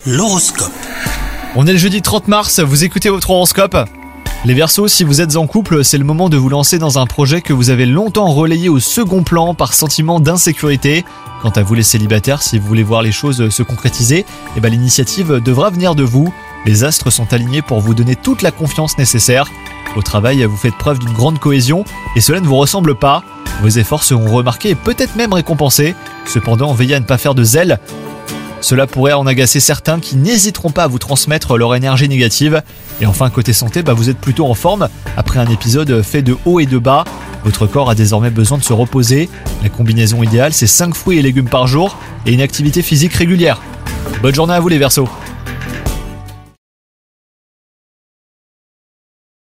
L'horoscope. On est le jeudi 30 mars, vous écoutez votre horoscope. Les Verseaux, si vous êtes en couple, c'est le moment de vous lancer dans un projet que vous avez longtemps relayé au second plan par sentiment d'insécurité. Quant à vous les célibataires, si vous voulez voir les choses se concrétiser, l'initiative devra venir de vous. Les astres sont alignés pour vous donner toute la confiance nécessaire. Au travail, vous faites preuve d'une grande cohésion et cela ne vous ressemble pas. Vos efforts seront remarqués et peut-être même récompensés. Cependant, veillez à ne pas faire de zèle. Cela pourrait en agacer certains qui n'hésiteront pas à vous transmettre leur énergie négative. Et enfin, côté santé, vous êtes plutôt en forme. Après un épisode fait de haut et de bas, votre corps a désormais besoin de se reposer. La combinaison idéale, c'est 5 fruits et légumes par jour et une activité physique régulière. Bonne journée à vous les Verseaux.